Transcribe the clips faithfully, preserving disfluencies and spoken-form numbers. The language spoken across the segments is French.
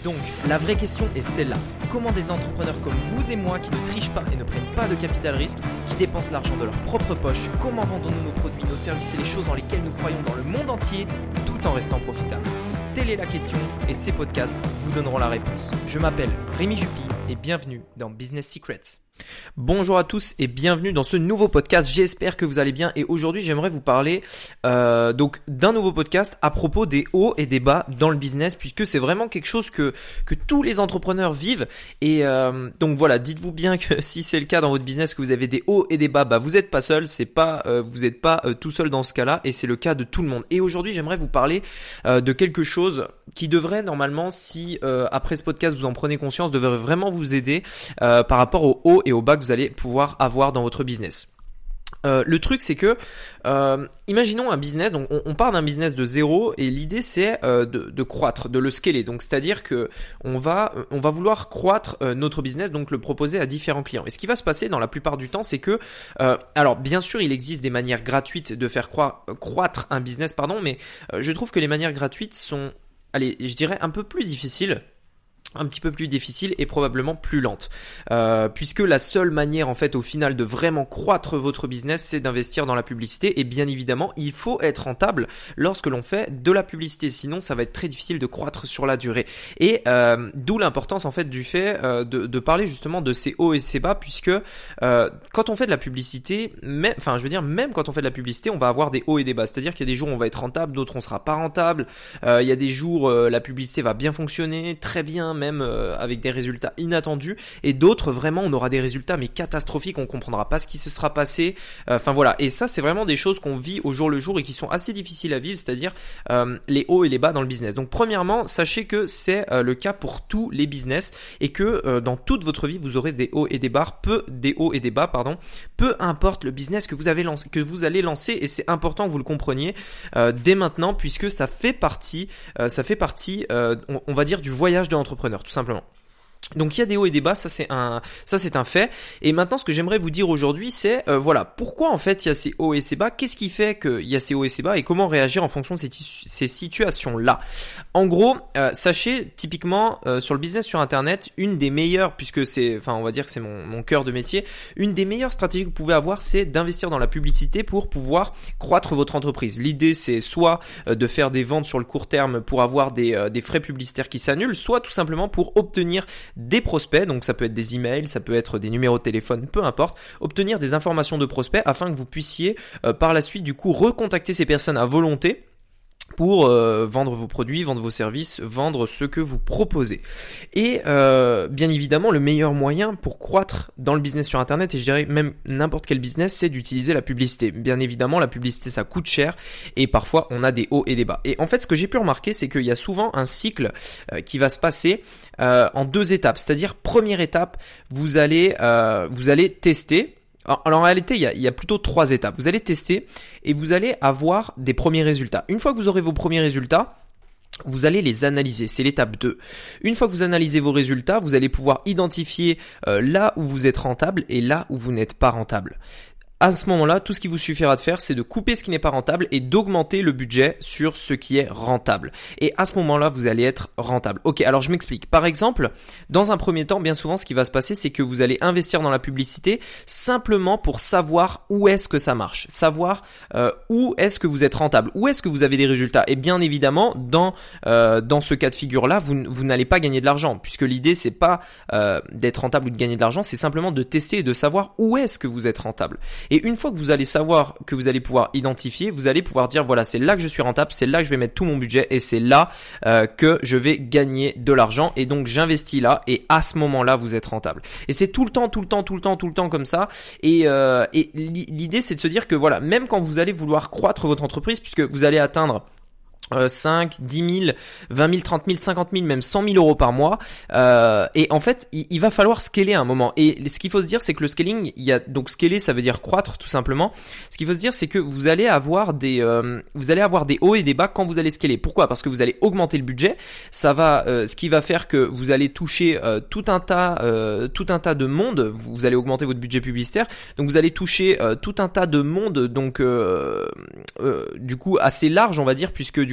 Donc, la vraie question est celle-là. Comment des entrepreneurs comme vous et moi qui ne trichent pas et ne prennent pas de capital risque, qui dépensent l'argent de leur propre poche, comment vendons-nous nos produits, nos services et les choses dans lesquelles nous croyons dans le monde entier, tout en restant profitables? Telle est la question et ces podcasts vous donneront la réponse. Je m'appelle Rémi Jupy et bienvenue dans Business Secrets. Bonjour à tous et bienvenue dans ce nouveau podcast, j'espère que vous allez bien et aujourd'hui j'aimerais vous parler euh, donc d'un nouveau podcast à propos des hauts et des bas dans le business puisque c'est vraiment quelque chose que, que tous les entrepreneurs vivent et euh, donc voilà, dites-vous bien que si c'est le cas dans votre business que vous avez des hauts et des bas, bah vous n'êtes pas seul, c'est pas, euh, vous n'êtes pas euh, tout seul dans ce cas-là et c'est le cas de tout le monde. Et aujourd'hui j'aimerais vous parler euh, de quelque chose qui devrait normalement, si euh, après ce podcast vous en prenez conscience, devrait vraiment vous aider euh, par rapport aux hauts et au bas que vous allez pouvoir avoir dans votre business. Euh, le truc c'est que euh, imaginons un business, donc on, on part d'un business de zéro et l'idée c'est euh, de, de croître, de le scaler. Donc c'est-à-dire que on va on va vouloir croître euh, notre business, donc le proposer à différents clients. Et ce qui va se passer dans la plupart du temps, c'est que euh, alors bien sûr il existe des manières gratuites de faire croi- croître un business, pardon, mais euh, je trouve que les manières gratuites sont, allez, je dirais un peu plus difficiles. un petit peu plus difficile et probablement plus lente euh, puisque la seule manière en fait au final de vraiment croître votre business c'est d'investir dans la publicité et bien évidemment il faut être rentable lorsque l'on fait de la publicité, sinon ça va être très difficile de croître sur la durée et euh, d'où l'importance en fait du fait euh, de, de parler justement de ces hauts et ces bas puisque euh, quand on fait de la publicité, même, enfin je veux dire même quand on fait de la publicité on va avoir des hauts et des bas, c'est-à-dire qu'il y a des jours où on va être rentable, d'autres on sera pas rentable, euh, il y a des jours euh, la publicité va bien fonctionner, très bien même euh, avec des résultats inattendus et d'autres vraiment on aura des résultats mais catastrophiques, on comprendra pas ce qui se sera passé, enfin euh, voilà, et ça c'est vraiment des choses qu'on vit au jour le jour et qui sont assez difficiles à vivre, c'est-à-dire euh, les hauts et les bas dans le business. Donc premièrement sachez que c'est euh, le cas pour tous les business et que euh, dans toute votre vie vous aurez des hauts et des bas, peu des hauts et des bas pardon, peu importe le business que vous avez lancé, que vous allez lancer, et c'est important que vous le compreniez euh, dès maintenant puisque ça fait partie euh, ça fait partie euh, on, on va dire du voyage de l'entrepreneur tout simplement. Donc il y a des hauts et des bas, ça c'est un ça c'est un fait. Et maintenant ce que j'aimerais vous dire aujourd'hui c'est euh, voilà, pourquoi en fait il y a ces hauts et ces bas, qu'est-ce qui fait qu'il y a ces hauts et ces bas et comment réagir en fonction de ces, ces situations-là. En gros, euh, sachez typiquement euh, sur le business sur internet, une des meilleures, puisque c'est enfin on va dire que c'est mon mon cœur de métier, une des meilleures stratégies que vous pouvez avoir c'est d'investir dans la publicité pour pouvoir croître votre entreprise. L'idée c'est soit euh, de faire des ventes sur le court terme pour avoir des euh, des frais publicitaires qui s'annulent, soit tout simplement pour obtenir des prospects, donc ça peut être des emails, ça peut être des numéros de téléphone, peu importe, obtenir des informations de prospects afin que vous puissiez euh, par la suite du coup recontacter ces personnes à volonté pour euh, vendre vos produits, vendre vos services, vendre ce que vous proposez. Et euh, bien évidemment, le meilleur moyen pour croître dans le business sur Internet, et je dirais même n'importe quel business, c'est d'utiliser la publicité. Bien évidemment, la publicité, ça coûte cher et parfois, on a des hauts et des bas. Et en fait, ce que j'ai pu remarquer, c'est qu'il y a souvent un cycle euh, qui va se passer euh, en deux étapes. C'est-à-dire, première étape, vous allez, euh, vous allez tester. Alors en réalité, il y, a, il y a plutôt trois étapes. Vous allez tester et vous allez avoir des premiers résultats. Une fois que vous aurez vos premiers résultats, vous allez les analyser, c'est l'étape deux. Une fois que vous analysez vos résultats, vous allez pouvoir identifier euh, là où vous êtes rentable et là où vous n'êtes pas rentable. À ce moment-là, tout ce qui vous suffira de faire, c'est de couper ce qui n'est pas rentable et d'augmenter le budget sur ce qui est rentable. Et à ce moment-là, vous allez être rentable. Ok, alors je m'explique. Par exemple, dans un premier temps, bien souvent, ce qui va se passer, c'est que vous allez investir dans la publicité simplement pour savoir où est-ce que ça marche, savoir euh, où est-ce que vous êtes rentable, où est-ce que vous avez des résultats. Et bien évidemment, dans euh, dans ce cas de figure-là, vous vous n'allez pas gagner de l'argent, puisque l'idée c'est pas euh, d'être rentable ou de gagner de l'argent, c'est simplement de tester et de savoir où est-ce que vous êtes rentable. Et une fois que vous allez savoir, que vous allez pouvoir identifier, vous allez pouvoir dire voilà, c'est là que je suis rentable, c'est là que je vais mettre tout mon budget et c'est là euh, que je vais gagner de l'argent et donc j'investis là et à ce moment-là vous êtes rentable. Et c'est tout le temps, tout le temps, tout le temps, tout le temps comme ça. Et, euh, et l'idée c'est de se dire que voilà, même quand vous allez vouloir croître votre entreprise, puisque vous allez atteindre Euh, cinq, dix mille, vingt mille, trente mille, cinquante mille, même cent mille euros par mois. Euh, et en fait, il, il va falloir scaler à un moment. Et ce qu'il faut se dire, c'est que le scaling, il y a donc scaler, ça veut dire croître tout simplement. Ce qu'il faut se dire, c'est que vous allez avoir des, euh, vous allez avoir des hauts et des bas quand vous allez scaler. Pourquoi ? Parce que vous allez augmenter le budget. Ça va, euh, ce qui va faire que vous allez toucher euh, tout un tas, euh, tout un tas de monde. Vous allez augmenter votre budget publicitaire. Donc vous allez toucher euh, tout un tas de monde. Donc euh, euh, du coup assez large, on va dire, puisque du coup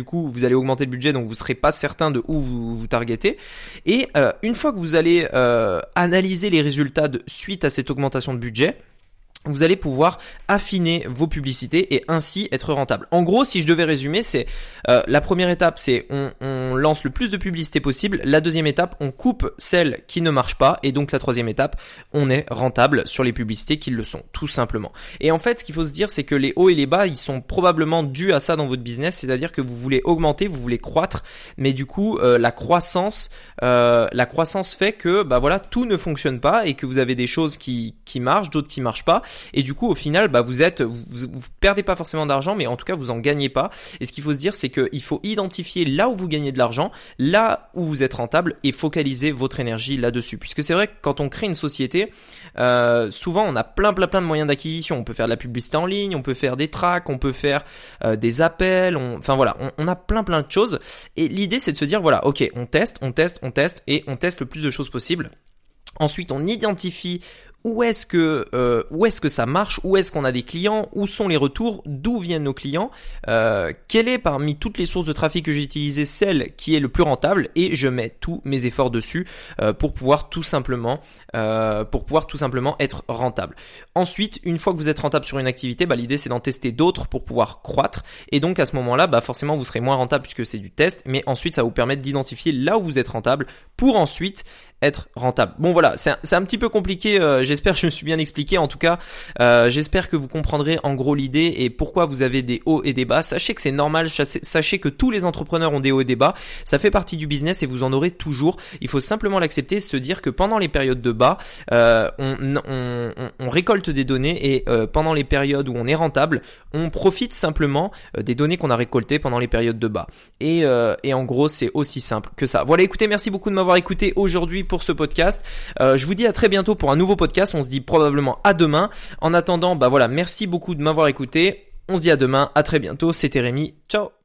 coup vous allez augmenter le budget, donc vous serez pas certain de où vous vous targetez. Et euh, une fois que vous allez euh, analyser les résultats de, suite à cette augmentation de budget, vous allez pouvoir affiner vos publicités et ainsi être rentable. En gros, si je devais résumer, c'est euh, la première étape, c'est on, on lance le plus de publicité possible. La deuxième étape, on coupe celles qui ne marchent pas. Et donc la troisième étape, on est rentable sur les publicités qui le sont, tout simplement. Et en fait, ce qu'il faut se dire, c'est que les hauts et les bas, ils sont probablement dus à ça dans votre business. C'est-à-dire que vous voulez augmenter, vous voulez croître, mais du coup, euh, la croissance, euh, la croissance fait que bah voilà, tout ne fonctionne pas et que vous avez des choses qui qui marchent, d'autres qui marchent pas. Et du coup, au final, bah vous êtes, vous, vous perdez pas forcément d'argent, mais en tout cas, vous en gagnez pas. Et ce qu'il faut se dire, c'est qu'il faut identifier là où vous gagnez de l'argent, là où vous êtes rentable, et focaliser votre énergie là-dessus. Puisque c'est vrai que quand on crée une société, euh, souvent on a plein, plein, plein de moyens d'acquisition. On peut faire de la publicité en ligne, on peut faire des tracks, on peut faire euh, des appels. On, enfin voilà, on, on a plein, plein de choses. Et l'idée, c'est de se dire, voilà, ok, on teste, on teste, on teste, et on teste le plus de choses possible. Ensuite, on identifie où est-ce que euh, où est-ce que ça marche, où est-ce qu'on a des clients, où sont les retours, d'où viennent nos clients, euh, quelle est parmi toutes les sources de trafic que j'ai utilisées celle qui est le plus rentable, et je mets tous mes efforts dessus euh, pour pouvoir tout simplement euh, pour pouvoir tout simplement être rentable. Ensuite, une fois que vous êtes rentable sur une activité, bah, l'idée c'est d'en tester d'autres pour pouvoir croître, et donc à ce moment-là, bah, forcément vous serez moins rentable puisque c'est du test, mais ensuite ça va vous permettre d'identifier là où vous êtes rentable pour ensuite être rentable. Bon voilà, c'est un, c'est un petit peu compliqué, euh, j'espère que je me suis bien expliqué. En tout cas, euh, j'espère que vous comprendrez en gros l'idée et pourquoi vous avez des hauts et des bas. Sachez que c'est normal, sachez que tous les entrepreneurs ont des hauts et des bas, ça fait partie du business et vous en aurez toujours. Il faut simplement l'accepter, se dire que pendant les périodes de bas, euh, on, on, on, on récolte des données, et euh, pendant les périodes où on est rentable, on profite simplement euh, des données qu'on a récoltées pendant les périodes de bas. Et, euh, et en gros, c'est aussi simple que ça. Voilà, écoutez, merci beaucoup de m'avoir écouté aujourd'hui pour ce podcast. Euh, je vous dis à très bientôt pour un nouveau podcast. On se dit probablement à demain. En attendant, bah voilà, merci beaucoup de m'avoir écouté. On se dit à demain. À très bientôt. C'était Rémi. Ciao.